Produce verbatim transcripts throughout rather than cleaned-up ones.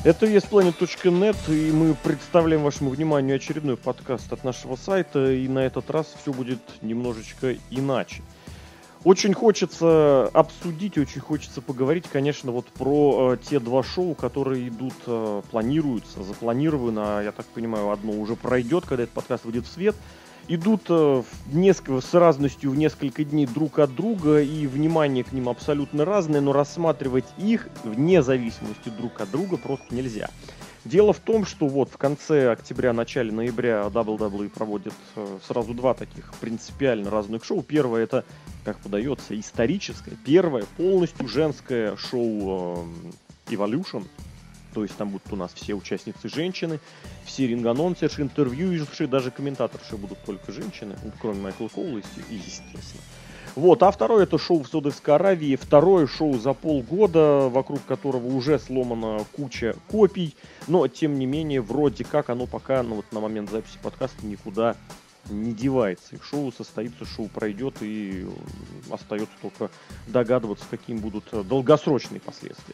Это еспланет точка нет, и мы представляем вашему вниманию очередной подкаст от нашего сайта, и на этот раз все будет немножечко иначе. Очень хочется обсудить, очень хочется поговорить, конечно, вот про э, те два шоу, которые идут, э, планируются, запланировано, я так понимаю, одно уже пройдет, когда этот подкаст выйдет в свет. Идут э, в несколько, с разностью в несколько дней друг от друга, и внимание к ним абсолютно разное, но рассматривать их вне зависимости друг от друга просто нельзя. Дело в том, что вот в конце октября, начале ноября дабл ю дабл ю и проводит э, сразу два таких принципиально разных шоу. Первое — это, как подается, историческое. Первое — полностью женское шоу э, Evolution. То есть там будут у нас все участницы женщины, все ринг-анонсерши, интервьюерши, даже комментаторши будут только женщины, кроме Майкла Коула, естественно. Вот, а второе — это шоу в Саудовской Аравии. Второе шоу за полгода, вокруг которого уже сломана куча копий, но тем не менее, вроде как оно пока, ну вот на момент записи подкаста, никуда не девается. И шоу состоится, шоу пройдет, и остается только догадываться, какими будут долгосрочные последствия.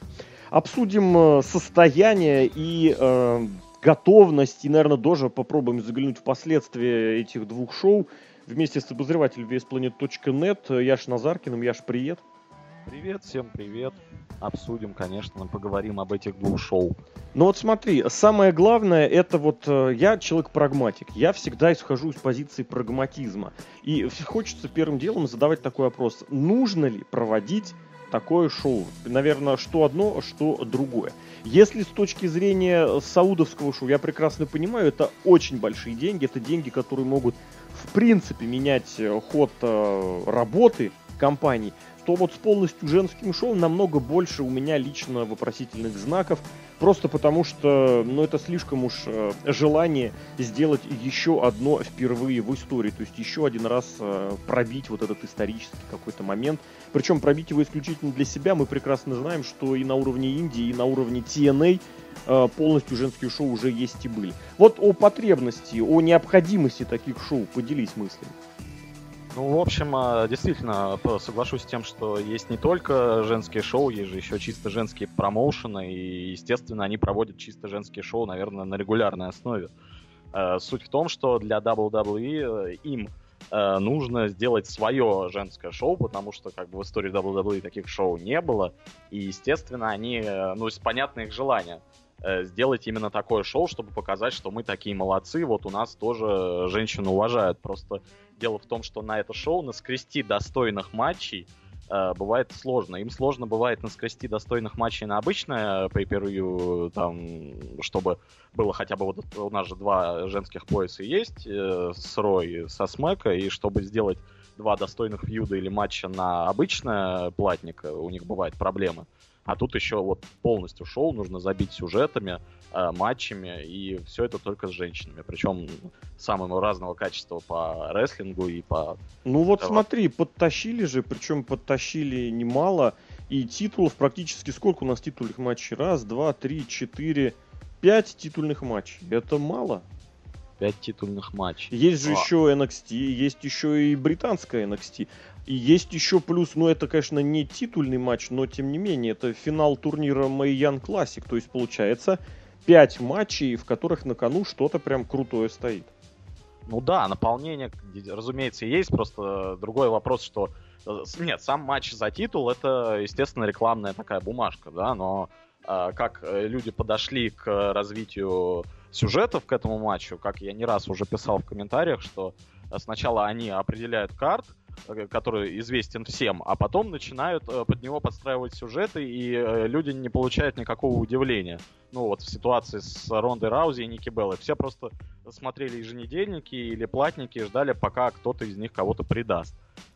Обсудим состояние и э, готовность, и, наверное, тоже попробуем заглянуть в последствия этих двух шоу вместе с обозревателем еспланет точка нет Яш Назаркиным. Яш, привет. Привет, всем привет. Обсудим, конечно, поговорим об этих двух шоу. Ну вот смотри, самое главное, это вот э, я человек-прагматик. Я всегда исхожу из позиции прагматизма. И хочется первым делом задавать такой вопрос. Нужно ли проводить такое шоу? Наверное, что одно, что другое. Если с точки зрения саудовского шоу, я прекрасно понимаю, это очень большие деньги. Это деньги, которые могут, в принципе, менять ход э, работы компаний. То вот с полностью женским шоу намного больше у меня лично вопросительных знаков. Просто потому что, ну, это слишком уж э, желание сделать еще одно впервые в истории. То есть еще один раз э, пробить вот этот исторический какой-то момент. Причем пробить его исключительно для себя. Мы прекрасно знаем, что и на уровне Индии, и на уровне ти эн эй э, полностью женские шоу уже есть и были. Вот о потребности, о необходимости таких шоу поделись мыслями. Ну, в общем, действительно, соглашусь с тем, что есть не только женские шоу, есть же еще чисто женские промоушены, и, естественно, они проводят чисто женские шоу, наверное, на регулярной основе. Суть в том, что для дабл ю дабл ю и им нужно сделать свое женское шоу, потому что как бы в истории дабл ю дабл ю и таких шоу не было, и, естественно, они, ну, понятно их желание сделать именно такое шоу, чтобы показать, что мы такие молодцы, вот у нас тоже женщины уважают. Просто дело в том, что на это шоу наскрести достойных матчей э, бывает сложно. Им сложно бывает наскрести достойных матчей на обычное pay-per-view, там, чтобы было хотя бы, вот у нас же два женских пояса есть, э, с Ро и со Смэка, и чтобы сделать два достойных фьюда или матча на обычное платник, у них бывают проблемы. А тут еще вот полностью шоу нужно забить сюжетами, э, матчами, и все это только с женщинами. Причем самого разного качества по рестлингу и по... Ну вот смотри, подтащили же, причем подтащили немало, и титулов практически сколько у нас титульных матчей? Раз, два, три, четыре, пять титульных матчей. Это мало. Пять титульных матчей. Есть же а. еще эн экс ти, есть еще и британская эн экс ти. И есть еще плюс, ну это, конечно, не титульный матч, но тем не менее, это финал турнира Mae Young Classic. То есть получается пять матчей, в которых на кону что-то прям крутое стоит. Ну да, наполнение, разумеется, есть. Просто другой вопрос, что... Нет, сам матч за титул — это, естественно, рекламная такая бумажка, да, но э, как люди подошли к развитию сюжетов к этому матчу, как я не раз уже писал в комментариях, что сначала они определяют карт, который известен всем, а потом начинают под него подстраивать сюжеты, и люди не получают никакого удивления. Ну вот в ситуации с Рондой Раузи и Ники Беллой все просто смотрели еженедельники или платники и ждали, пока кто-то из них кого-то предаст.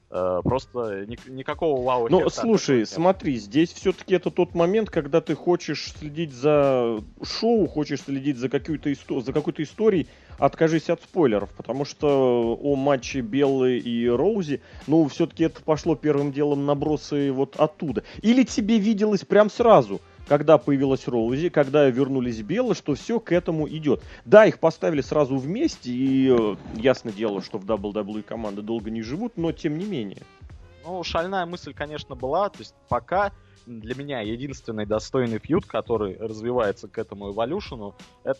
Просто ни, никакого вау-эффекта. Ну, слушай, смотри, здесь все-таки это тот момент, когда ты хочешь следить за шоу, хочешь следить за, какую-то исто- за какой-то историей, откажись от спойлеров, потому что о матче Беллы и Роузи, ну, все-таки это пошло первым делом набросы вот оттуда. Или тебе виделось прям сразу, когда появилась Роузи, когда вернулись Беллы, что все к этому идет. Да, их поставили сразу вместе, и э, ясно дело, что в дабл ю дабл ю и команды долго не живут, но тем не менее. Ну, шальная мысль, конечно, была. То есть пока для меня единственный достойный фьюд, который развивается к этому эволюшену,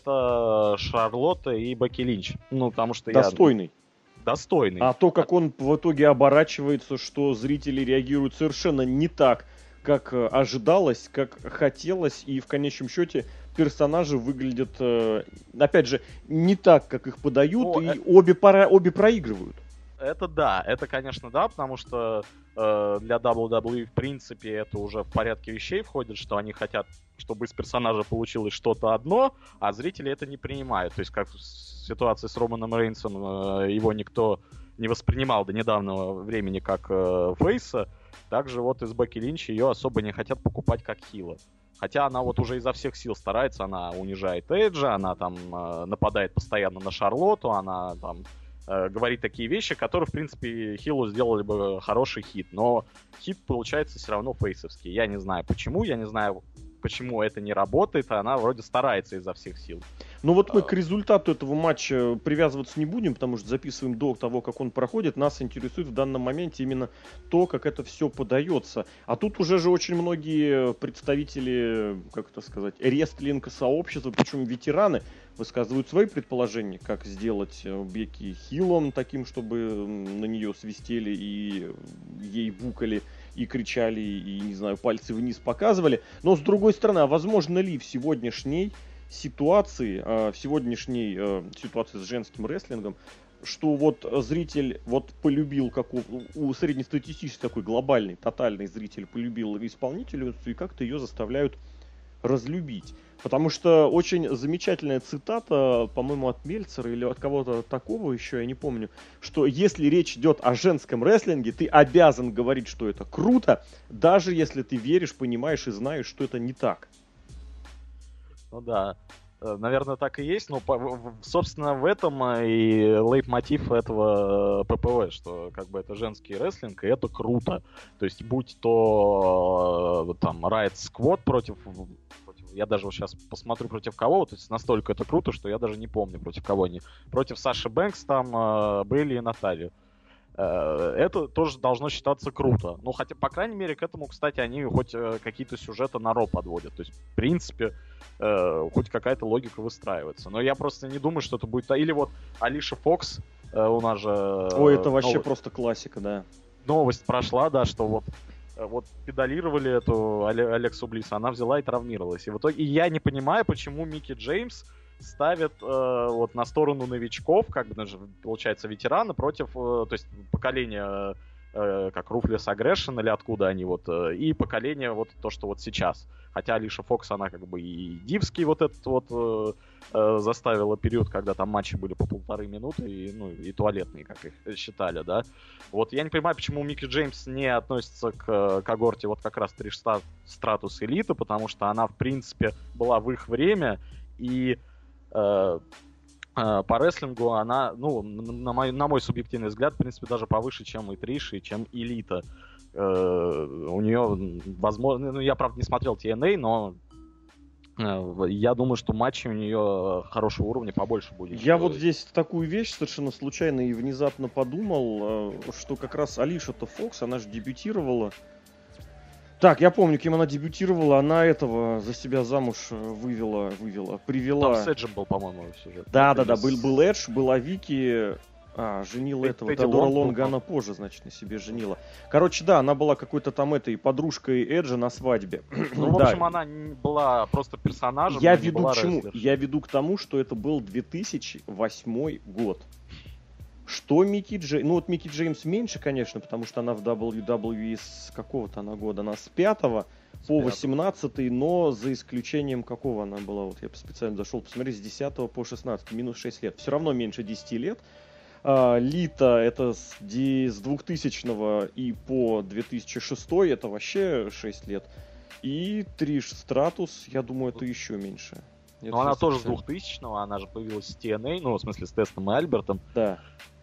это Шарлотта и Бекки Линч. Ну, потому что достойный. я... Достойный. А то, как он в итоге оборачивается, что зрители реагируют совершенно не так, как ожидалось, как хотелось, и в конечном счете персонажи выглядят, э, опять же, не так, как их подают, О, и это... обе, пора, обе проигрывают. Это да, это, конечно, да, потому что э, для дабл ю дабл ю и, в принципе, это уже в порядке вещей входит, что они хотят, чтобы из персонажа получилось что-то одно, а зрители это не принимают. То есть, как в ситуации с Романом Рейнсом, э, его никто не воспринимал до недавнего времени как э, фейса, также вот из Бекки Линч ее особо не хотят покупать как хила. Хотя она вот уже изо всех сил старается, она унижает Эджа, она там э, нападает постоянно на Шарлотту, она там э, говорит такие вещи, которые, в принципе, хилу сделали бы хороший хит. Но хит получается все равно фейсовский. Я не знаю почему, я не знаю, почему это не работает, а она вроде старается изо всех сил. Ну вот мы к результату этого матча привязываться не будем, потому что записываем до того, как он проходит. Нас интересует в данном моменте именно то, как это все подается. А тут уже же очень многие представители, как это сказать, рестлинг-сообщества, причем ветераны, высказывают свои предположения, как сделать Бекки хилом таким, чтобы на нее свистели и ей букали, и кричали, и, не знаю, пальцы вниз показывали. Но с другой стороны, а возможно ли в сегодняшней ситуации, в сегодняшней э, ситуации с женским рестлингом, что вот зритель вот полюбил, как у, у среднестатистический такой глобальный, тотальный зритель полюбил исполнительницу, и как-то ее заставляют разлюбить. Потому что очень замечательная цитата, по-моему, от Мельцера или от кого-то такого еще, я не помню, что если речь идет о женском рестлинге, ты обязан говорить, что это круто, даже если ты веришь, понимаешь и знаешь, что это не так. Ну да, наверное, так и есть, но, собственно, в этом и лейтмотив этого ППВ, что как бы это женский рестлинг, и это круто. То есть, будь то там Riot Squad против, против... Я даже вот сейчас посмотрю против кого, то есть настолько это круто, что я даже не помню, против кого они. Против Саши Бэнкс, там, Бейли и Наталью. Это тоже должно считаться круто. Ну, хотя, по крайней мере, к этому, кстати, они хоть какие-то сюжеты на Ро подводят. То есть, в принципе, э, хоть какая-то логика выстраивается. Но я просто не думаю, что это будет... Или вот Алиша Фокс, э, у нас же... Ой, это вообще новость, просто классика, да. Новость прошла, да, что вот, вот педалировали эту Алексу Блисс, она взяла и травмировалась. И в итоге... И я не понимаю, почему Микки Джеймс ставят э, вот на сторону новичков, как бы даже получается ветераны против, э, то есть поколение э, как Ruthless Aggression или откуда они вот, э, и поколение вот то, что вот сейчас. Хотя Алиша Фокс, она как бы и дивский вот этот вот э, э, заставила период, когда там матчи были по полторы минуты, и, ну, и туалетные, как их считали, да. Вот я не понимаю, почему Микки Джеймс не относится к когорте вот как раз Триш Стратус Элиты, потому что она, в принципе, была в их время, и по рестлингу она, ну, на мой, на мой субъективный взгляд, в принципе, даже повыше, чем и Триш, и чем Элита. У нее, возможно, ну, я, правда, не смотрел Ти Эн Эй, но я думаю, что матчи у нее хорошего уровня побольше будет. Я вот здесь такую вещь совершенно случайно и внезапно подумал, что как раз Алиша-то Фокс, она же дебютировала. Так, я помню, кем она дебютировала, она этого за себя замуж вывела, вывела, привела. Там с Эджем был, по-моему, сюжет. Да-да-да, с... был, был Эдж, была Вики, а, женила Т- этого, Теодора Лонга она позже, значит, на себе женила. Короче, да, она была какой-то там этой подружкой Эджа на свадьбе. Ну, в общем, да. Она была просто персонажем. Я веду к чему? Я веду к тому, что это был две тысячи восьмой год. Что Микки Джеймс... Ну, вот Микки Джеймс меньше, конечно, потому что она в дабл ю дабл ю и с какого-то она года. Она с пятого по восемнадцатый, но за исключением какого она была. Вот я специально зашел посмотреть, с десятого по шестнадцатый, минус шесть лет. Все равно меньше десяти лет. А, Лита это с, с двухтысячного и по две тысячи шестой, это вообще шесть лет. И Триш Стратус, я думаю, это еще меньше. Но она тоже с двухтысячного, она же появилась с Ти Эн Эй, ну, в смысле, с Тестом и Альбертом. Да.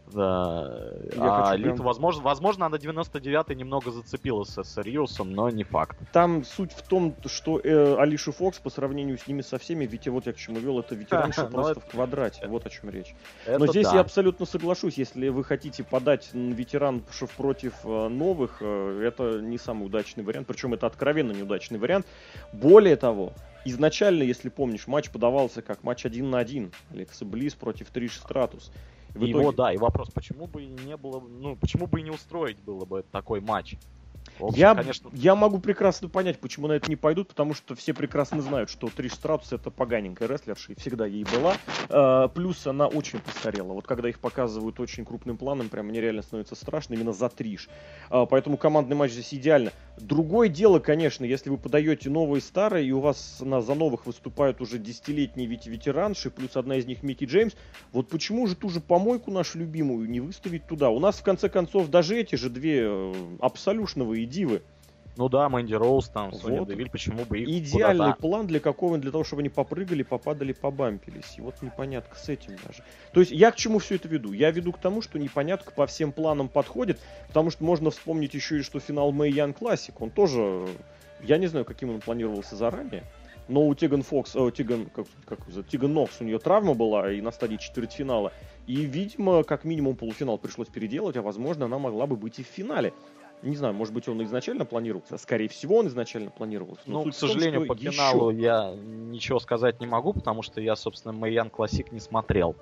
Да. Я А Элита, прям... возможно, возможно, она девяносто девятый немного зацепилась с Риусом, но не факт. Там суть в том, что э, Алиша Фокс по сравнению с ними со всеми, ведь вот я к чему вел, это ветеранша просто в квадрате. Вот о чем речь. Но здесь я абсолютно соглашусь, если вы хотите подать ветераншев против новых, это не самый удачный вариант, причем это откровенно неудачный вариант. Более того, изначально, если помнишь, матч подавался как матч один на один. Алекса Блисс против Триш Стратус. В итоге... Его, да, и вопрос, почему бы и не было, ну, почему бы и не устроить было бы такой матч? Общем, я, конечно... я могу прекрасно понять, почему на это не пойдут, потому что все прекрасно знают, что Триш Стратус это поганенькая рестлерша, и всегда ей была. А, плюс она очень постарела. Вот когда их показывают очень крупным планом, прям мне реально становится страшно именно за Триш. А, поэтому командный матч здесь идеально. Другое дело, конечно, если вы подаете новые и старые, и у вас на, за новых выступают уже десятилетние ведь ветеранши, плюс одна из них Микки Джеймс, вот почему же ту же помойку нашу любимую не выставить туда? У нас, в конце концов, даже эти же две абсолютновые дивы. Ну да, Мэнди Роуз, там, Соня вот. Девиль, почему бы их идеальный куда-то... план для какого-нибудь, для того, чтобы они попрыгали, попадали, побампились. И вот непонятка с этим даже. То есть я к чему все это веду? Я веду к тому, что непонятка по всем планам подходит, потому что можно вспомнить еще и, что финал Мэй Ян Классик, он тоже, я не знаю, каким он планировался заранее, но у Тиган Фокс, э, Тиган, как, как, Тиган Нокс, у нее травма была и на стадии четвертьфинала, и, видимо, как минимум полуфинал пришлось переделать, а возможно, она могла бы быть и в финале. Не знаю, может быть, он изначально планировался. Скорее всего, он изначально планировался. Но ну, к сожалению, том, по финалу еще... я ничего сказать не могу, потому что я, собственно, Мэй Ян Классик не смотрел.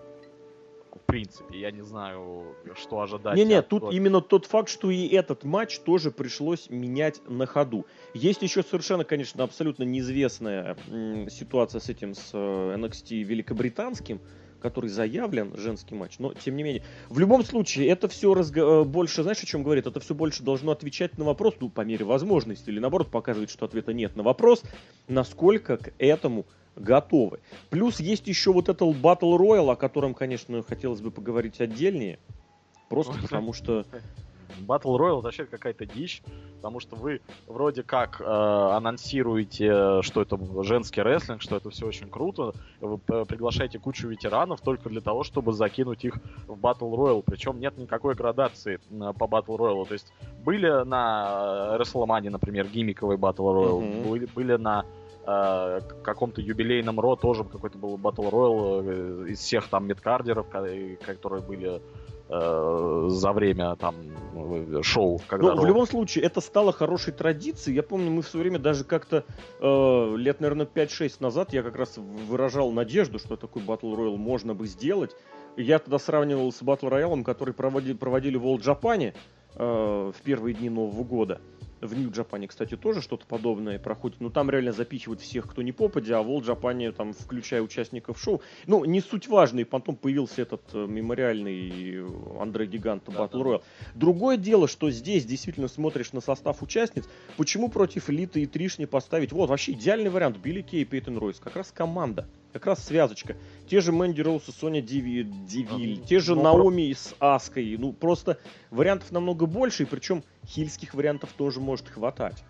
В принципе, я не знаю, что ожидать. Не-не, тут той... именно тот факт, что и этот матч тоже пришлось менять на ходу. Есть еще совершенно, конечно, абсолютно неизвестная м- ситуация с этим, с э, эн экс ти великобританским, который заявлен, женский матч, но тем не менее. В любом случае, это все разго... больше, знаешь, о чем говорит? Это все больше должно отвечать на вопрос, ну, по мере возможности, или наоборот показывать, что ответа нет на вопрос, насколько к этому готовы. Плюс есть еще вот этот Battle Royale, о котором, конечно, хотелось бы поговорить отдельнее, просто потому что... Battle Royale вообще какая-то дичь, потому что вы вроде как э, анонсируете, что это женский рестлинг, что это все очень круто, вы приглашаете кучу ветеранов только для того, чтобы закинуть их в Battle Royale, причем нет никакой градации э, по Battle Royale, то есть были на WrestleMania, например, гиммиковый Battle Royale, mm-hmm. были, были на э, каком-то юбилейном Ро тоже какой-то был Battle Royale э, из всех там мидкардеров, которые были за время там шоу. Когда в любом случае, это стало хорошей традицией. Я помню, мы в свое время даже как-то э, лет, наверное, пять-шесть назад я как раз выражал надежду, что такой Battle Royale можно бы сделать. Я тогда сравнивал с Battle Royale, который проводили, проводили в World Japan э, в первые дни Нового года. В Нью-Джапане, кстати, тоже что-то подобное проходит. Но там реально запихивают всех, кто не попадя, а в World Japan, там, включая участников шоу. Ну, не суть важно, и потом появился этот э, мемориальный Андре Гиганта Battle Royale. Другое дело, что здесь действительно смотришь на состав участниц. Почему против Элиты и Триш не поставить? Вот, вообще идеальный вариант. Билли Кей и Пейтон Ройс. Как раз команда. Как раз связочка. Те же Мэнди Роуз и Соня Диви, Девиль, а, те же ну, Наоми про... с Аской. Ну, просто вариантов намного больше, и причем хильских вариантов тоже может хватать.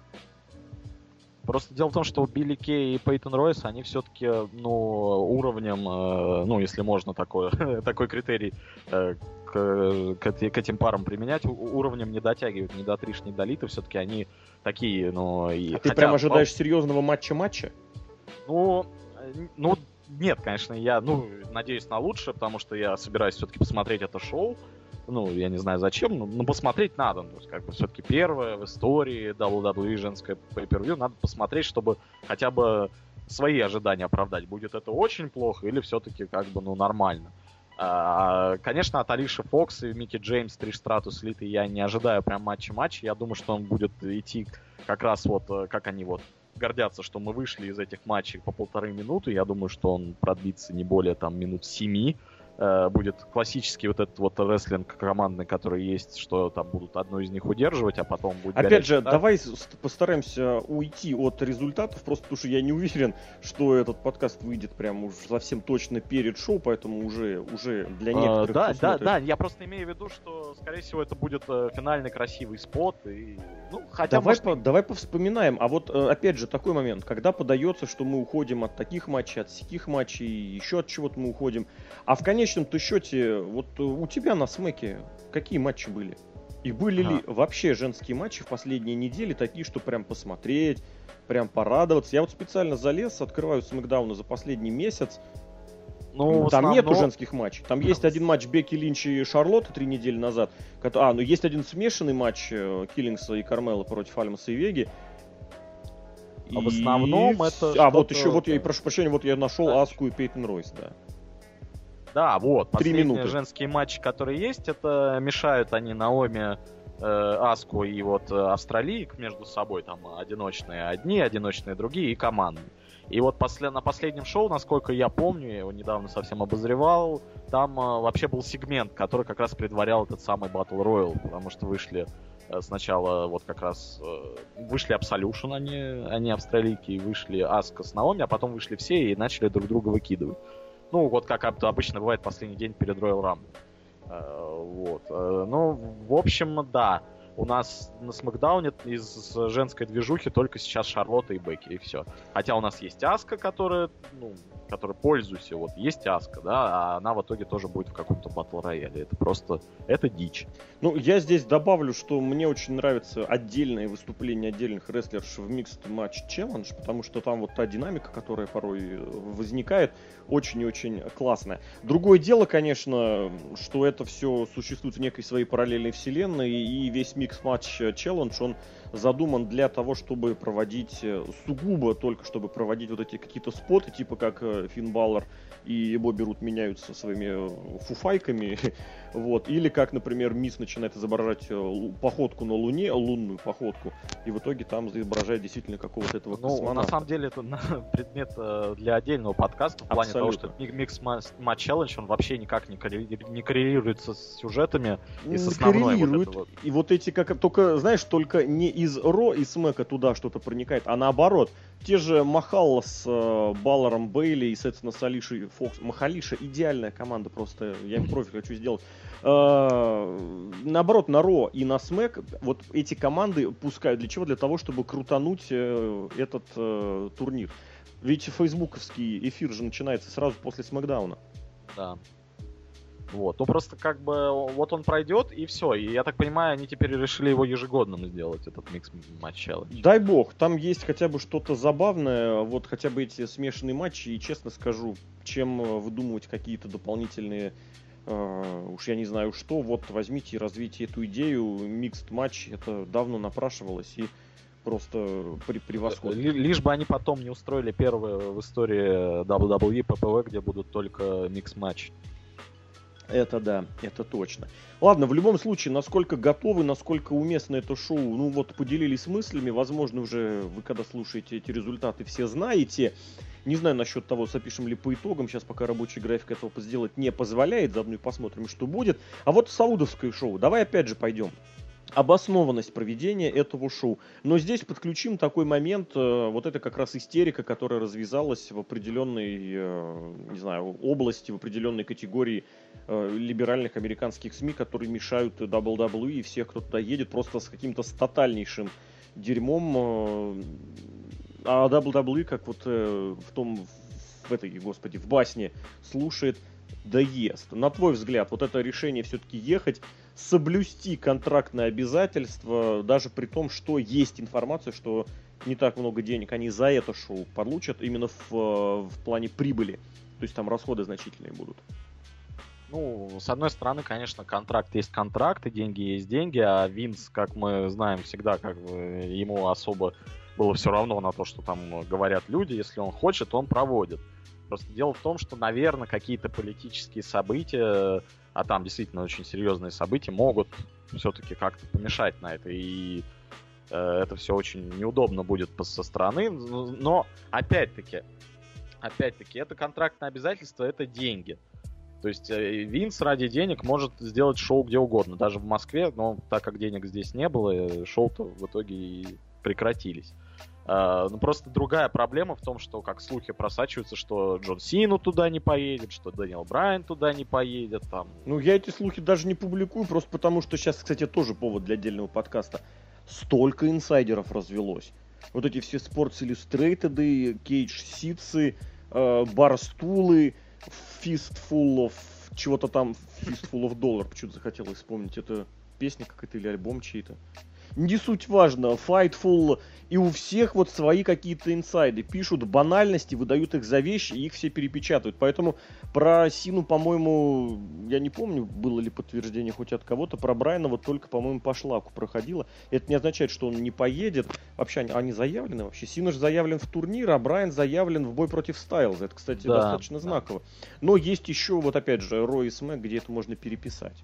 Просто дело в том, что Билли Кей и Пейтон Ройс, они все-таки, ну, уровнем, э, ну, если можно такое, такой критерий э, к, к, к этим парам применять, уровнем не дотягивают ни до Триш, ни до Литы, все-таки они такие, ну... И... А ты прям ожидаешь пол... серьезного матча-матча? Ну, ну, нет, конечно, я, ну, надеюсь на лучшее, потому что я собираюсь все-таки посмотреть это шоу. Ну, я не знаю зачем, но, но посмотреть надо. То есть, как бы, все-таки первое в истории дабл ю дабл ю и женское pay-per-view. Надо посмотреть, чтобы хотя бы свои ожидания оправдать. Будет это очень плохо или все-таки как бы, ну, нормально. А, конечно, от Алиши Фокс и Микки Джеймс, Триш Стратус, Литы я не ожидаю прям матча-матча. Я думаю, что он будет идти как раз вот, как они вот гордятся, что мы вышли из этих матчей по полторы минуты. Я думаю, что он продлится не более там минут семи. Будет классический вот этот вот рестлинг командный, который есть, что там будут одну из них удерживать, а потом будет... Опять же, старт. Давай постараемся уйти от результатов, просто потому что я не уверен, что этот подкаст выйдет прям уж совсем точно перед шоу, поэтому уже, уже для некоторых... А, да, да, смотрит... да, я просто имею в виду, что, скорее всего, это будет финальный красивый спот, и Ну, хотя давай, может... по, давай повспоминаем. А вот, опять же, такой момент, когда подается, что мы уходим от таких матчей, от сяких матчей, еще от чего-то мы уходим. А в конечном-то счете, вот у тебя на Смеке какие матчи были? И были ага. ли вообще женские матчи в последние недели такие, что прям посмотреть, прям порадоваться? Я вот специально залез, открываю Смэкдауна за последний месяц. Ну, там основном... нету женских матчей. Там есть один матч Бекки Линч и Шарлотты три недели назад. А, ну есть один смешанный матч Киллингса и Кармела против Альмаса и Веги. А и... в основном это... А, вот еще, вот я, прошу прощения, вот я нашел да. Аску и Пейтон Ройс, да. Да, вот, последние женские матчи, которые есть, это мешают они Наоми, э, Аску и вот Австралии между собой, там одиночные одни, одиночные другие и команды. И вот после, на последнем шоу, насколько я помню, я его недавно совсем обозревал, там э, вообще был сегмент, который как раз предварял этот самый Battle Royale, потому что вышли э, сначала вот как раз э, вышли Absolution, они, они австралийки, вышли Аска с Наоми, а потом вышли все и начали друг друга выкидывать. Ну, вот как обычно бывает последний день перед Royal Rumble. Э, вот. Э, ну, в общем, да. У нас на Смэкдауне из женской движухи только сейчас Шарлотта и Бекки, и все. Хотя у нас есть Аска, которая, ну, которой пользуюсь, вот есть Аска, да, а она в итоге тоже будет в каком-то батл рояле. Это просто, это дичь. Ну, я здесь добавлю, что мне очень нравится отдельное выступление отдельных рестлерш в Mixed Match Challenge, потому что там вот та динамика, которая порой возникает, очень и очень классная. Другое дело, конечно, что это все существует в некой своей параллельной вселенной, и весь Mixed Match Challenge, он задуман для того, чтобы проводить сугубо, только чтобы проводить вот эти какие-то споты, типа как Финн Баллар и Бобби Рут меняются своими фуфайками, вот, или как, например, Мисс начинает изображать походку на Луне, лунную походку, и в итоге там изображает действительно какого-то этого космонавта. Ну, на самом деле, это предмет для отдельного подкаста, в плане Абсолютно. того, что Mix Match Challenge, он вообще никак не коррелируется с сюжетами и с основной вот этого. И вот эти, как только, знаешь, только не из Ро и Смэка туда что-то проникает, а наоборот. Те же Махалла с э, Балларом Бейли и, соответственно, с Алишей Фокс. Махалиша идеальная команда, просто я им профиль хочу сделать. Э, наоборот, на Ро и на Смэк вот эти команды пускают. Для чего? Для того, чтобы крутануть э, этот э, турнир. Ведь фейсбуковский эфир же начинается сразу после Смэкдауна. Да. Вот, ну просто как бы вот он пройдет и все. И я так понимаю, они теперь решили его ежегодным сделать, этот Mix Match Challenge. Дай бог, там есть хотя бы что-то забавное, вот хотя бы эти смешанные матчи. И честно скажу, чем выдумывать какие-то дополнительные, э, уж я не знаю что, вот возьмите и развейте эту идею. Mixed матч, это давно напрашивалось и просто при превосходно. Лишь бы они потом не устроили первое в истории дабл ю дабл ю и пэ пэ вэ, где будут только Mix матч. Это да, это точно. Ладно, в любом случае, насколько готовы, насколько уместно это шоу, ну вот поделились мыслями, возможно, уже вы когда слушаете эти результаты, все знаете. Не знаю насчет того, запишем ли по итогам, сейчас пока рабочий график этого сделать не позволяет, заодно и посмотрим, что будет. А вот саудовское шоу, давай опять же пойдем. Обоснованность проведения этого шоу. Но здесь подключим такой момент, э, вот это как раз истерика, которая развязалась в определенной, э, не знаю, области, в определенной категории э, либеральных американских СМИ, которые мешают дабл ю дабл ю и всех, кто туда едет, просто с каким-то с тотальнейшим дерьмом. Э, а дабл ю дабл ю и, как вот э, в том, в этой, господи, в басне слушает, да ест. На твой взгляд, вот это решение все-таки ехать, соблюсти контрактные обязательства, даже при том, что есть информация, что не так много денег они за это шоу получат именно в, в плане прибыли. То есть там расходы значительные будут. Ну, с одной стороны, конечно, контракт есть контракт, и деньги есть деньги, а Винс, как мы знаем, всегда как бы ему особо было все равно на то, что там говорят люди. Если он хочет, он проводит. Просто дело в том, что, наверное, какие-то политические события, а там действительно очень серьезные события, могут все-таки как-то помешать на это. И э, это все очень неудобно будет со стороны. Но, опять-таки, опять-таки, это контрактное обязательство, это деньги. То есть э, Винс ради денег может сделать шоу где угодно, даже в Москве, но так как денег здесь не было, шоу-то в итоге и прекратились. Uh, ну, просто другая проблема в том, что как слухи просачиваются, что Джон Сина туда не поедет, что Дэниел Брайан туда не поедет. Там. Ну, я эти слухи даже не публикую, просто потому что сейчас, кстати, тоже повод для отдельного подкаста. столько инсайдеров развелось. Вот эти все Sports Illustrated, кейдж-ситсы, э, барстулы, Fistful of чего-то там, Fistful of Dollar, почему-то захотелось вспомнить. Это песня какая-то или альбом чей-то. Не суть важно, Fightful, и у всех вот свои какие-то инсайды. Пишут банальности, выдают их за вещи, и их все перепечатывают. Поэтому про Сину, по-моему, я не помню, было ли подтверждение хоть от кого-то. Про Брайана вот только, по-моему, по шлаку проходило. Это не означает, что он не поедет. Вообще, они, они заявлены вообще. Сина же заявлен в турнир, а Брайан заявлен в бой против Стайлза. Это, кстати, да, достаточно да. знаково. Но есть еще, вот опять же, Raw и Smack, где это можно переписать.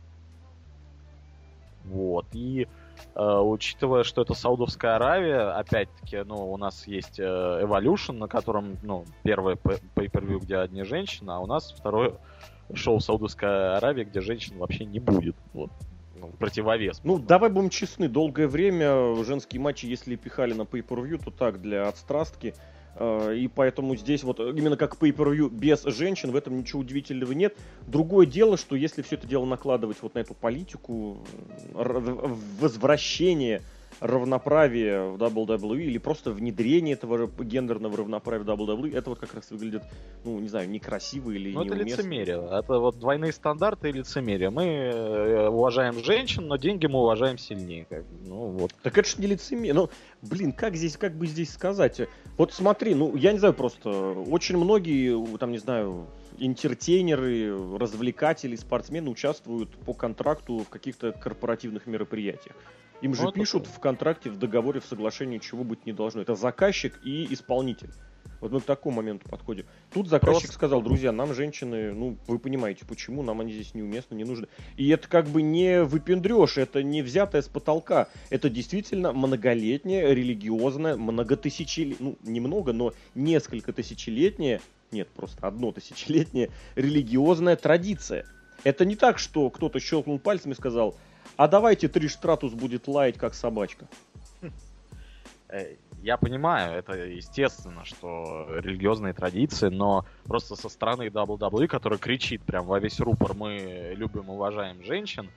Вот, и э, учитывая, что это Саудовская Аравия, опять-таки, ну, у нас есть э, Evolution, на котором, ну, первое pay-per-view, где одни женщины, а у нас второе шоу Саудовской Аравии, где женщин вообще не будет. Вот. Ну, противовес. Ну, давай будем честны, долгое время женские матчи, если пихали на pay-per-view, то так, для отстрастки. И поэтому здесь вот именно как pay-per-view без женщин, в этом ничего удивительного нет. Другое дело, что если все это дело накладывать вот на эту политику возвращения равноправия в дабл ю дабл ю и или просто внедрение этого гендерного равноправия в дабл ю дабл ю и, это вот как раз выглядит, ну, не знаю, некрасиво или ну, неуместно. Это лицемерие. Это вот двойные стандарты и лицемерие. Мы уважаем женщин, но деньги мы уважаем сильнее. Как, ну, вот. Так это ж не лицемерие. Ну, блин, как здесь, как бы здесь сказать? Вот смотри, ну, я не знаю, просто очень многие, там, не знаю, интертейнеры, развлекатели, спортсмены участвуют по контракту в каких-то корпоративных мероприятиях. Им же вот пишут такое. В контракте, в договоре, в соглашении, чего быть не должно. Это заказчик и исполнитель. Вот мы к такому моменту подходим. Тут заказчик Просто... сказал: друзья, нам женщины, ну, вы понимаете, почему, нам они здесь неуместны, не нужны. И это как бы не выпендрёж, это не взятое с потолка. Это действительно многолетняя, религиозная, многотысячелетняя, ну, немного, но несколько тысячелетняя, нет, просто одно тысячелетняя религиозная традиция. Это не так, что кто-то щелкнул пальцем и сказал: а давайте Триш Стратус будет лаять как собачка. Я понимаю, это естественно, что религиозные традиции, но просто со стороны дабл ю дабл ю и, который кричит прям во весь рупор: мы любим, уважаем женщин,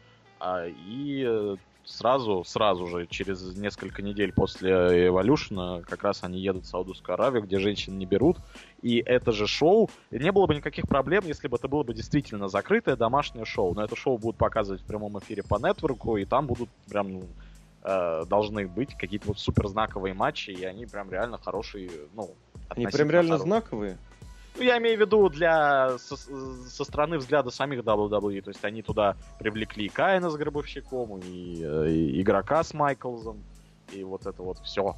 и сразу, сразу же, через несколько недель после Evolution, как раз они едут в Саудовскую Аравию, где женщин не берут, и это же шоу, не было бы никаких проблем, если бы это было бы действительно закрытое домашнее шоу, но это шоу будут показывать в прямом эфире по нетворку, и там будут прям, ну, э, должны быть какие-то вот суперзнаковые матчи, и они прям реально хорошие, ну, они прям реально хорошие. Знаковые? Ну, я имею в виду для со, со стороны взгляда самих дабл ю дабл ю и. То есть они туда привлекли и Каина с Гробовщиком, и, и игрока с Майклзом, и вот это вот все.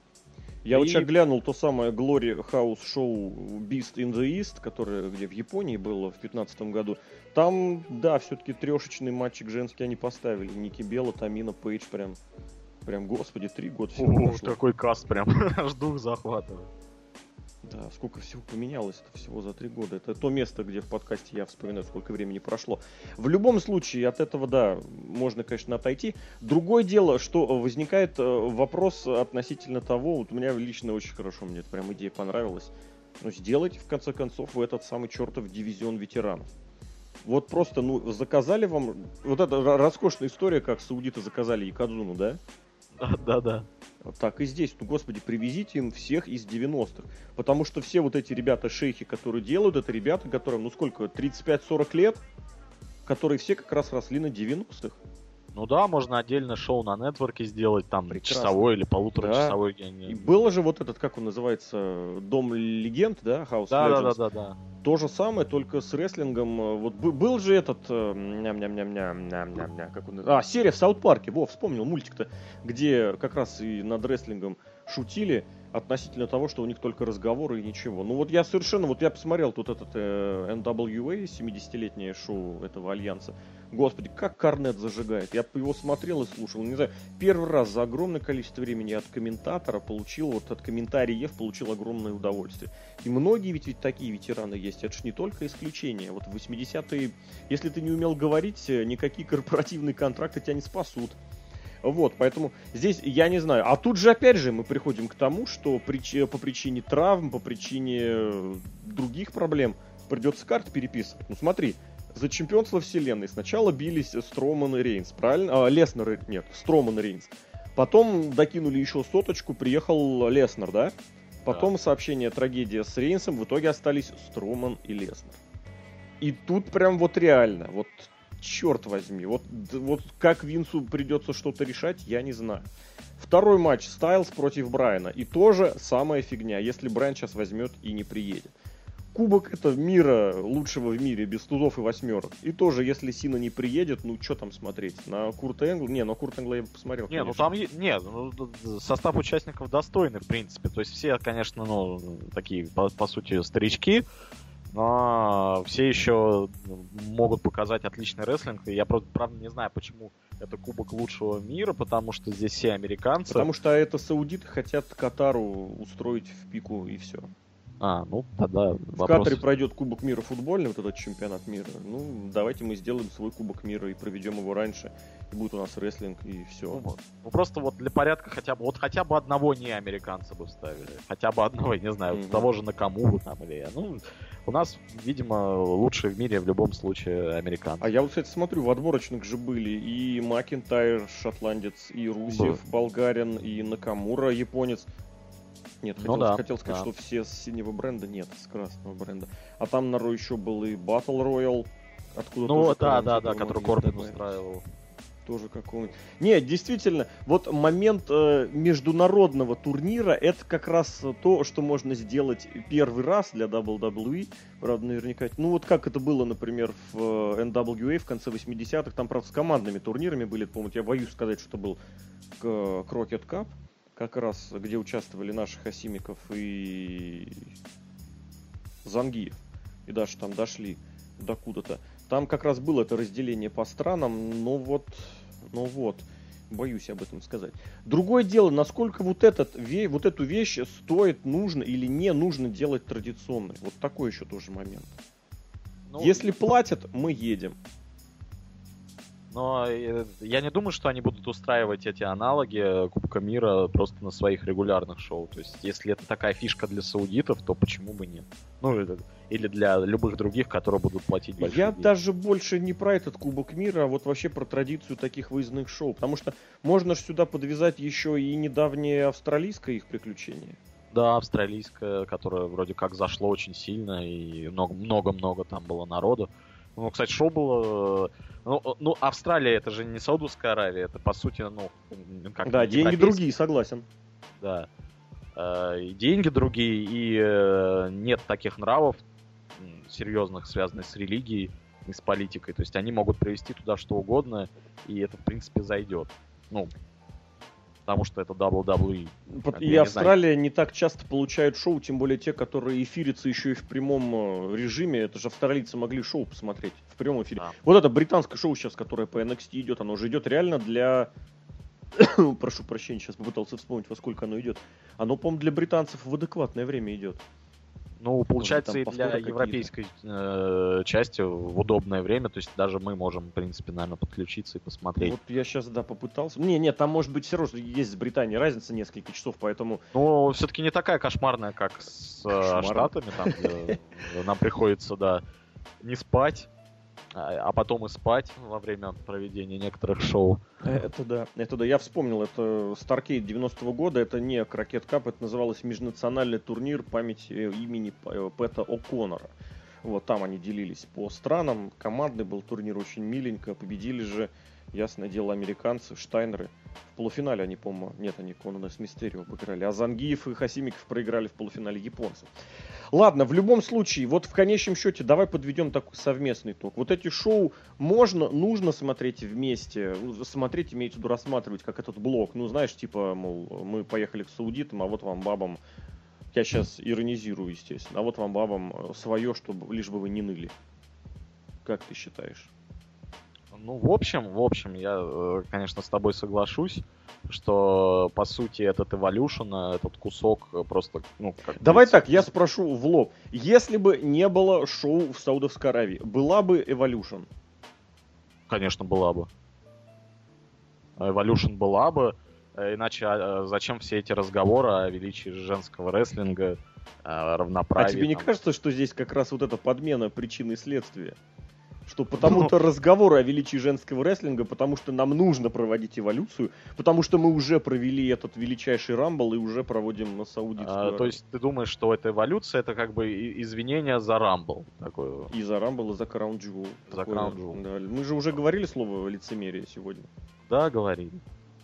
Я и... вот сейчас глянул то самое Glory House шоу Beast in the East, которое где в Японии было в пятнадцатом году. Там, да, все-таки трешечный матчик женский они поставили. Ники Белла, Тамина, Пейдж, прям, прям, господи, три года всего прошло. Такой каст прям, аж дух захватывает. Да, сколько всего поменялось, это всего за три года. Это то место, где в подкасте я вспоминаю, сколько времени прошло. В любом случае, от этого, да, можно, конечно, отойти. Другое дело, что возникает вопрос относительно того, вот у меня лично очень хорошо, мне эта прям идея понравилась, ну, сделать, в конце концов, в этот самый чертов дивизион ветеранов. Вот просто, ну, заказали вам... Вот эта роскошная история, как саудиты заказали Якодзуну, да? Да-да. Так и здесь, ну, господи, привезите им всех из девяностых. Потому что все вот эти ребята-шейхи, которые делают, это ребята, которым, ну сколько, тридцать пять сорок лет, которые все как раз росли на девяностых. Ну да, можно отдельно шоу на нетворке сделать, там, прекрасно. Часовой или полуторачасовой. Да. И было же вот этот, как он называется, Дом Легенд, да, House да, Legends. Да, да, да, да. То же самое, только с рестлингом. Вот был же этот, ням-ням-ням-ням-ням-ням, как он, а, серия в Саут-парке, во, вспомнил мультик-то, где как раз и над рестлингом шутили относительно того, что у них только разговоры и ничего. Ну вот я совершенно, вот я посмотрел тут этот э, эн дабл ю эй, семидесятилетнее шоу этого альянса. Господи, как Корнет зажигает. Я его смотрел и слушал, не знаю, первый раз за огромное количество времени от комментатора получил, вот от комментариев получил огромное удовольствие. И многие ведь, ведь такие ветераны есть, это ж не только исключение. Вот в восьмидесятые, если ты не умел говорить, никакие корпоративные контракты тебя не спасут. Вот, поэтому здесь я не знаю. А тут же опять же мы приходим к тому, что прич... по причине травм, по причине других проблем придется карты переписывать. Ну смотри, за чемпионство вселенной сначала бились Строман и Рейнс, правильно? А, Леснер, нет, Строман и Рейнс. Потом докинули еще соточку, приехал Леснер, да? Потом Да. сообщение трагедия с Рейнсом, в итоге остались Строман и Леснер. И тут прям вот реально, вот черт возьми, вот, вот как Винсу придется что-то решать, я не знаю. Второй матч Стайлз против Брайана. И тоже самая фигня, если Брайан сейчас возьмет и не приедет. Кубок это мира, лучшего в мире, без тузов и восьмерок. И тоже, если Сина не приедет, ну что там смотреть? На Курта Энгла? Не, на Курта Энгла я посмотрел. Не, конечно. ну там, е- не, ну, состав участников достойный, в принципе. То есть все, конечно, ну, такие, по, по сути, старички, но все еще могут показать отличный рестлинг. И я, просто, правда, не знаю, почему это Кубок лучшего мира, потому что здесь все американцы. Потому что это саудиты хотят Катару устроить в пику и все. А, ну, тогда В вопрос... Катаре пройдет Кубок мира футбольный, вот этот чемпионат мира. Ну, давайте мы сделаем свой Кубок мира и проведем его раньше. И будет у нас рестлинг, и все. Ну, вот. Ну, просто вот для порядка хотя бы, вот хотя бы одного не американца бы вставили. Хотя бы одного, не знаю, Мгм. того же Накамуру там или... Ну, у нас, видимо, лучшие в мире в любом случае американцы. А я вот, кстати, смотрю, в отборочных же были и Макинтайр, шотландец, и Русев, болгарин, и Накамура, японец. Нет, Ну хотел, да, хотел сказать, да. что все с синего бренда, нет, с красного бренда. А там на Ро еще был и Battle Royale, откуда Ну, тоже да, Корбин, да, я да, думаю, который могли Корбин добавить. устраивал. Тоже какого-нибудь. Нет, действительно, вот момент э, международного турнира, это как раз то, что можно сделать первый раз для дабл ю дабл ю и. Правда, наверняка. Ну, вот как это было, например, в э, эн дабл ю эй в конце восьмидесятых. Там, правда, с командными турнирами были. Помните, я боюсь сказать, что был к- Крокет Кап. Как раз, где участвовали наши Хасимиков и Зангиев. И даже там дошли до куда-то. Там как раз было это разделение по странам, но вот, но вот, боюсь об этом сказать. Другое дело, насколько вот, этот, ве- вот эту вещь стоит, нужно или не нужно делать традиционной. Вот такой еще тоже момент. Ну, Если платят, мы едем. Но э, я не думаю, что они будут устраивать эти аналоги Кубка мира просто на своих регулярных шоу. То есть, если это такая фишка для саудитов, то почему бы нет? Ну, или, или для любых других, которые будут платить большие Я деньги. даже больше не про этот Кубок мира, а вот вообще про традицию таких выездных шоу. Потому что можно же сюда подвязать еще и недавнее австралийское их приключение. Да, австралийское, которое вроде как зашло очень сильно, и много- много-много там было народу. Ну, кстати, шоу было... Ну, ну, Австралия это же не Саудовская Аравия, это по сути, ну, как Да, деньги европейский- другие, согласен. Да. Э, И деньги другие, и э, нет таких нравов м, серьезных, связанных с религией и с политикой. То есть они могут привести туда что угодно, и это, в принципе, зайдет. Ну, потому что это дабл ю дабл ю и. Пот- Это И я не Австралия не так часто получает шоу, тем более те, которые эфирятся еще и в прямом э, режиме. Это же австралийцы могли шоу посмотреть в прямом эфире. Да. Вот это британское шоу сейчас, которое по эн экс ти идет, оно уже идет реально для... Прошу прощения, сейчас попытался вспомнить, во сколько оно идет. Оно, по-моему, для британцев в адекватное время идет. Ну, получается, там и для повторы какие-то. европейской э, части в удобное время. То есть даже мы можем, в принципе, наверное, подключиться и посмотреть. Вот я сейчас, да, попытался. Не, нет, там может быть все равно есть с Британией разница несколько часов, поэтому... Ну, все-таки не такая кошмарная, как с э, Кошмарная. Штатами, там, где нам приходится, да, не спать, а а потом и спать во время проведения некоторых шоу. Это да, это да. Я вспомнил, это Старкейд девяностого года, это не Крокет Кап, это называлось межнациональный турнир памяти э, имени П- Пэта О'Коннора. Вот там они делились по странам, командный был турнир, очень миленько, победили же, ясное дело, американцы, Штайнеры. В полуфинале они, по-моему, нет, они Конана с Мистерио обыграли, а Зангиев и Хасимиков проиграли в полуфинале японцев. Ладно, в любом случае, вот в конечном счете, давай подведем такой совместный итог. Вот эти шоу можно, нужно смотреть вместе, ну, смотреть, имеется в виду рассматривать, как этот блок. Ну, знаешь, типа, мол, мы поехали к саудитам, а вот вам, бабам, я сейчас иронизирую, естественно, а вот вам, бабам, свое, чтобы лишь бы вы не ныли. Как ты считаешь? Ну, в общем, в общем, я, э, конечно, с тобой соглашусь, что, по сути, этот Evolution, этот кусок э, просто, ну, как Давай говорится, так, я спрошу в лоб. Если бы не было шоу в Саудовской Аравии, была бы Evolution? Конечно, была бы. Evolution была бы, э, иначе а, зачем все эти разговоры о величии женского рестлинга, э, равноправии? А тебе не там? кажется, что здесь как раз вот эта подмена причины и следствия? Что потому-то ну, разговоры о величии женского рестлинга, потому что нам нужно проводить эволюцию, потому что мы уже провели этот величайший рамбл и уже проводим на саудитскую. А, то есть ты думаешь, что эта эволюция это как бы извинение за рамбл? Такое... И за рамбл, и за Crown Jewel. За Crown Jewel. Да. Мы же уже говорили слово лицемерие сегодня. Да, говорили.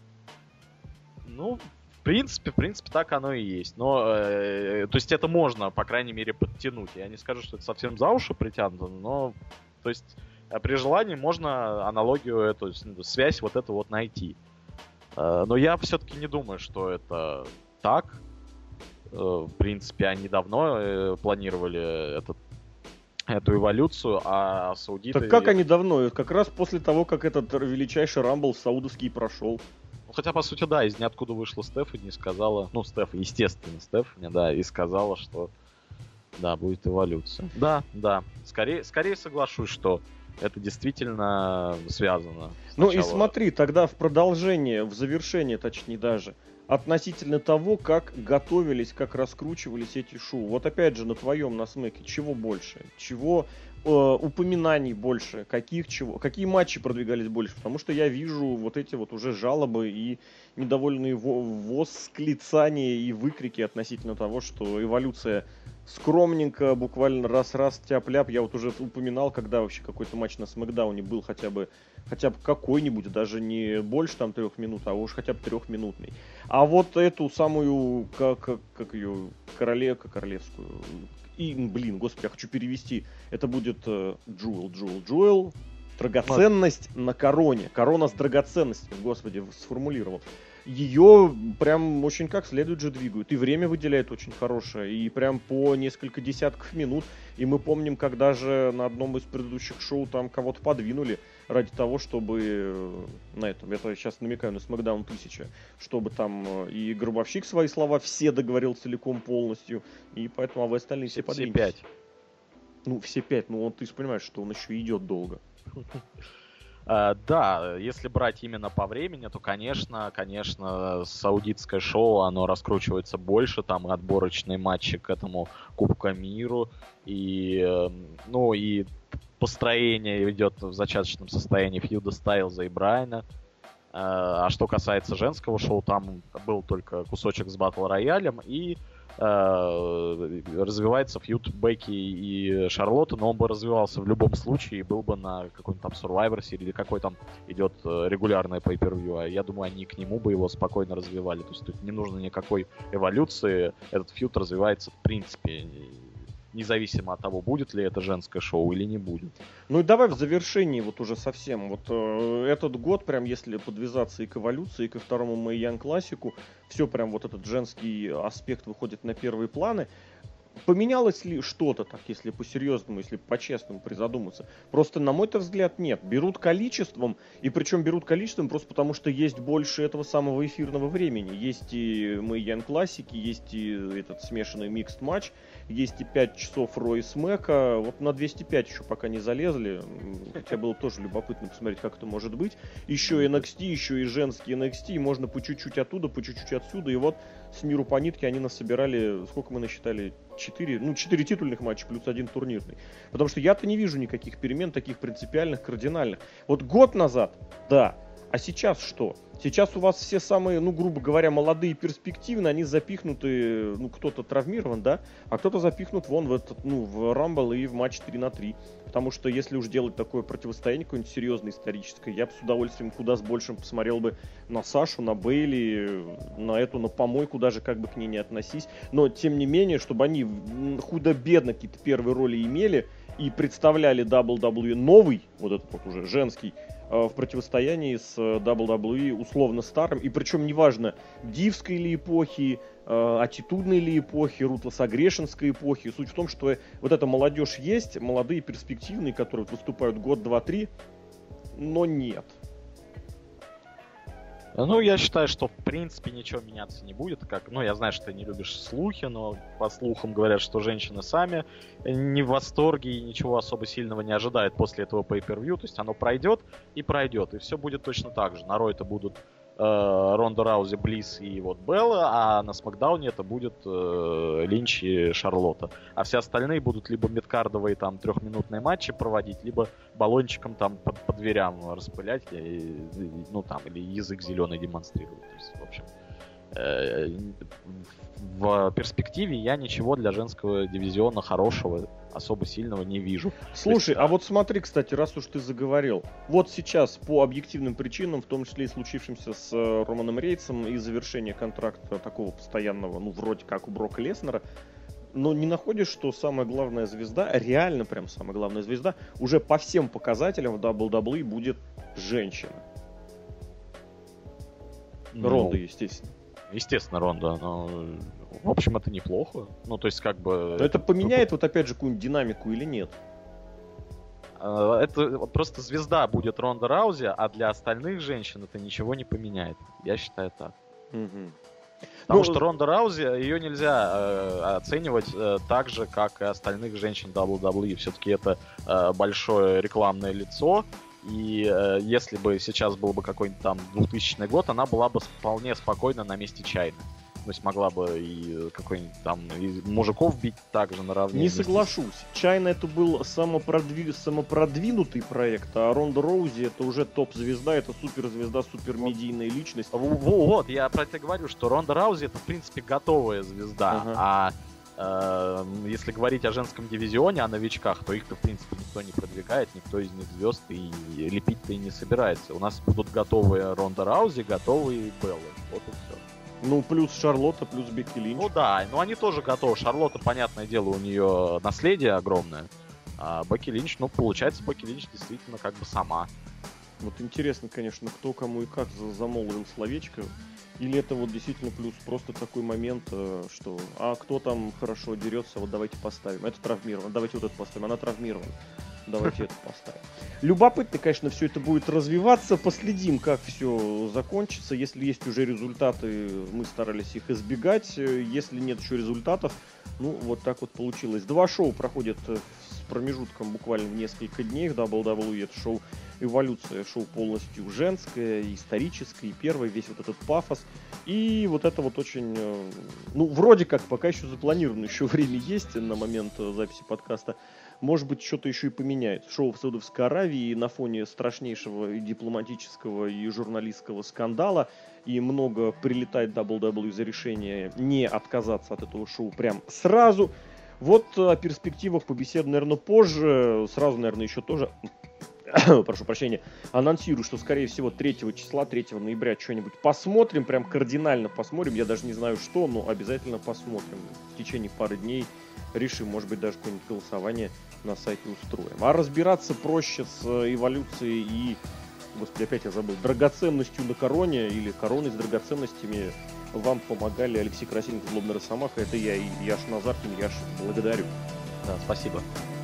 Ну, в принципе, в принципе, так оно и есть. Но, э, то есть это можно, по крайней мере, подтянуть. Я не скажу, что это совсем за уши притянуто, но, то есть, при желании можно аналогию эту, связь вот эту вот найти. Э, но я все-таки не думаю, что это так. Э, в принципе, они давно э, планировали этот эту эволюцию, а саудиты... Так как они давно? Как раз после того, как этот величайший рамбл саудовский прошел. Ну, хотя, по сути, да, из ниоткуда вышла Стефани и сказала... Ну, Стеф, естественно, Стефани, да, и сказала, что да, будет эволюция. Да, да. Скорее, скорее соглашусь, что это действительно связано. Сначала... Ну и смотри, тогда в продолжение, в завершение, точнее даже, относительно того, как готовились, как раскручивались эти шоу. Вот опять же, на твоем, на смеке, чего больше? Чего э, упоминаний больше? Каких чего? Какие матчи продвигались больше? Потому что я вижу вот эти вот уже жалобы и недовольные восклицания и выкрики относительно того, что эволюция скромненько, буквально раз-раз, тяп-ляп. Я вот уже упоминал, когда вообще какой-то матч на Смэкдауне был хотя бы, хотя бы какой-нибудь, даже не больше там трех минут, а уж хотя бы трехминутный. А вот эту самую, как, как, как ее, королевку, королевскую, и, блин, господи, я хочу перевести, это будет Джуэл, Джуэл, Джуэл, драгоценность на короне, корона с драгоценностями, господи, сформулировал. Ее прям очень как следует же двигают. И время выделяет очень хорошее. И прям по несколько десятков минут. И мы помним, когда же на одном из предыдущих шоу там кого-то подвинули ради того, чтобы на этом, я сейчас намекаю на SmackDown тысяча, чтобы там и Гробовщик свои слова все договорил целиком полностью. И поэтому а вы остальные все подвинулись. Все пять. Ну, все пять. Ну, ты же понимаешь, что он еще идет долго. Uh, да, если брать именно по времени, то, конечно, конечно, саудитское шоу, оно раскручивается больше, там и отборочные матчи к этому Кубку Миру, и, ну, и построение идет в зачаточном состоянии фьюда Стайлза и Брайана. Uh, а что касается женского шоу, там был только кусочек с Батл Роялем, и Uh, развивается фьюд Бекки и Шарлотты, но он бы развивался в любом случае и был бы на какой-нибудь там Survivor Series или какой там идет регулярное pay-per-view, а я думаю, они к нему бы его спокойно развивали, то есть тут не нужно никакой эволюции, этот фьюд развивается в принципе независимо от того, будет ли это женское шоу или не будет. Ну и давай в завершении вот уже совсем. Вот э, этот год, прям если подвязаться и к эволюции, и ко второму Mae Young классику, все прям вот этот женский аспект выходит на первые планы. Поменялось ли что-то так, если по-серьезному, если по-честному призадуматься? Просто, на мой взгляд, нет. Берут количеством, и причем берут количеством просто потому, что есть больше этого самого эфирного времени. Есть и Mae Young классики, есть и этот смешанный микст матч, есть и пять часов Ро и Смэка. Вот на двести пять еще пока не залезли. Хотя было тоже любопытно посмотреть, как это может быть. Еще и эн экс ти, еще и женский эн экс ти. И можно по чуть-чуть оттуда, по чуть-чуть отсюда. И вот с миру по нитке они нас собирали, сколько мы насчитали? Четыре, ну, четыре титульных матча плюс один турнирный. Потому что я-то не вижу никаких перемен таких принципиальных, кардинальных. Вот год назад, да. А сейчас что? Сейчас у вас все самые, ну, грубо говоря, молодые и перспективные, они запихнуты, ну, кто-то травмирован, да, а кто-то запихнут вон в этот, ну, в Рамбл и в матч три на три. Потому что если уж делать такое противостояние какое-нибудь серьезное, историческое, я бы с удовольствием куда с большим посмотрел бы на Сашу, на Бейли, на эту, на помойку, даже как бы к ней не относись. Но, тем не менее, чтобы они худо-бедно какие-то первые роли имели и представляли дабл ю дабл ю и новый, вот этот вот уже женский, в противостоянии с дабл ю дабл ю и условно старым, и причем неважно, дивской ли эпохи, аттитудной ли эпохи, рутлес-агрешенской эпохи. Суть в том, что вот эта молодежь есть, молодые перспективные, которые вот выступают год, два, три, но нет. Ну, я считаю, что в принципе ничего меняться не будет. Как, ну, я знаю, что ты не любишь слухи, но по слухам говорят, что женщины сами не в восторге и ничего особо сильного не ожидают после этого pay-per-view. То есть оно пройдет и пройдет, и все будет точно так же. На Ро это будут э, Ронда Раузи, Блисс и вот Белла, а на Смакдауне это будет э, Линч и Шарлотта. А все остальные будут либо мидкардовые там трехминутные матчи проводить, либо баллончиком там по, по дверям распылять, и, ну там, или язык зеленый демонстрировать. То есть, в общем, э, в перспективе я ничего для женского дивизиона хорошего, особо сильного не вижу. Слушай, есть, а вот смотри, кстати, раз уж ты заговорил. Вот сейчас по объективным причинам, в том числе и случившимся с э, Романом Рейнсом и завершение контракта такого постоянного, ну, вроде как у Брока Леснера, но не находишь, что самая главная звезда, реально прям самая главная звезда, уже по всем показателям в дабл ю дабл ю и будет женщина? ну, Ронда, естественно. Естественно, Ронда, но в общем это неплохо. Ну, то есть, как бы. Но это поменяет, вот опять же, какую-нибудь динамику или нет? Это просто звезда будет Ронда Раузи, а для остальных женщин это ничего не поменяет. Я считаю так. Угу. Потому Ну, что Ронда Раузи, ее нельзя э, оценивать э, так же, как и остальных женщин дабл ю дабл ю и. Все-таки это э, большое рекламное лицо. И э, если бы сейчас был бы какой-нибудь там двухтысячный год, она была бы вполне спокойно на месте Чайны. То есть могла бы и какой-нибудь там и мужиков бить также наравне. Не соглашусь. Чайна это был самопродви... самопродвинутый проект, а Ронда Роузи это уже топ-звезда, это суперзвезда, супермедийная личность. Вот, я про это говорю, что Ронда Раузи это в принципе готовая звезда, Ага. а э, если говорить о женском дивизионе, о новичках, то их-то в принципе никто не продвигает, никто из них звезд и лепить-то и не собирается. У нас будут готовые Ронда Раузи, готовые Беллы. Вот и все. Ну, плюс Шарлотта, плюс Бекки Линч. Ну да, но они тоже готовы. Шарлотта, понятное дело, у нее наследие огромное. А Бекки Линч, ну, получается, Бекки Линч действительно как бы сама. Вот интересно, конечно, кто кому и как за- замолвил словечко. Или это вот действительно плюс просто такой момент, э, что а кто там хорошо дерется, вот давайте поставим. Это травмировано, давайте вот это поставим, она травмирована. Давайте это поставим. Любопытно, конечно, все это будет развиваться. Последим, как все закончится. Если есть уже результаты, мы старались их избегать. Если нет еще результатов, ну, вот так вот получилось. Два шоу проходят с промежутком буквально в несколько дней. В дабл ю дабл ю и это шоу «Эволюция», шоу полностью женское, историческое, и первое, весь вот этот пафос. И вот это вот очень, э, ну, вроде как, пока еще запланировано, еще время есть на момент э, записи подкаста. Может быть, что-то еще и поменяет. Шоу в Саудовской Аравии на фоне страшнейшего и дипломатического, и журналистского скандала. И много прилетает дабл ю дабл ю за решение не отказаться от этого шоу прям сразу. Вот о перспективах побеседуем, наверное, позже. Сразу, наверное, еще тоже... прошу прощения, анонсирую, что, скорее всего, третьего числа, третьего ноября что-нибудь посмотрим, прям кардинально посмотрим, я даже не знаю что, но обязательно посмотрим. В течение пары дней решим, может быть, даже какое-нибудь голосование на сайте устроим. А разбираться проще с эволюцией и, господи, опять я забыл, драгоценностью на короне или короной с драгоценностями вам помогали Алексей Красильников, Злобный Росомаха, это я и Яш Назаркин, Яш, благодарю. Да, спасибо.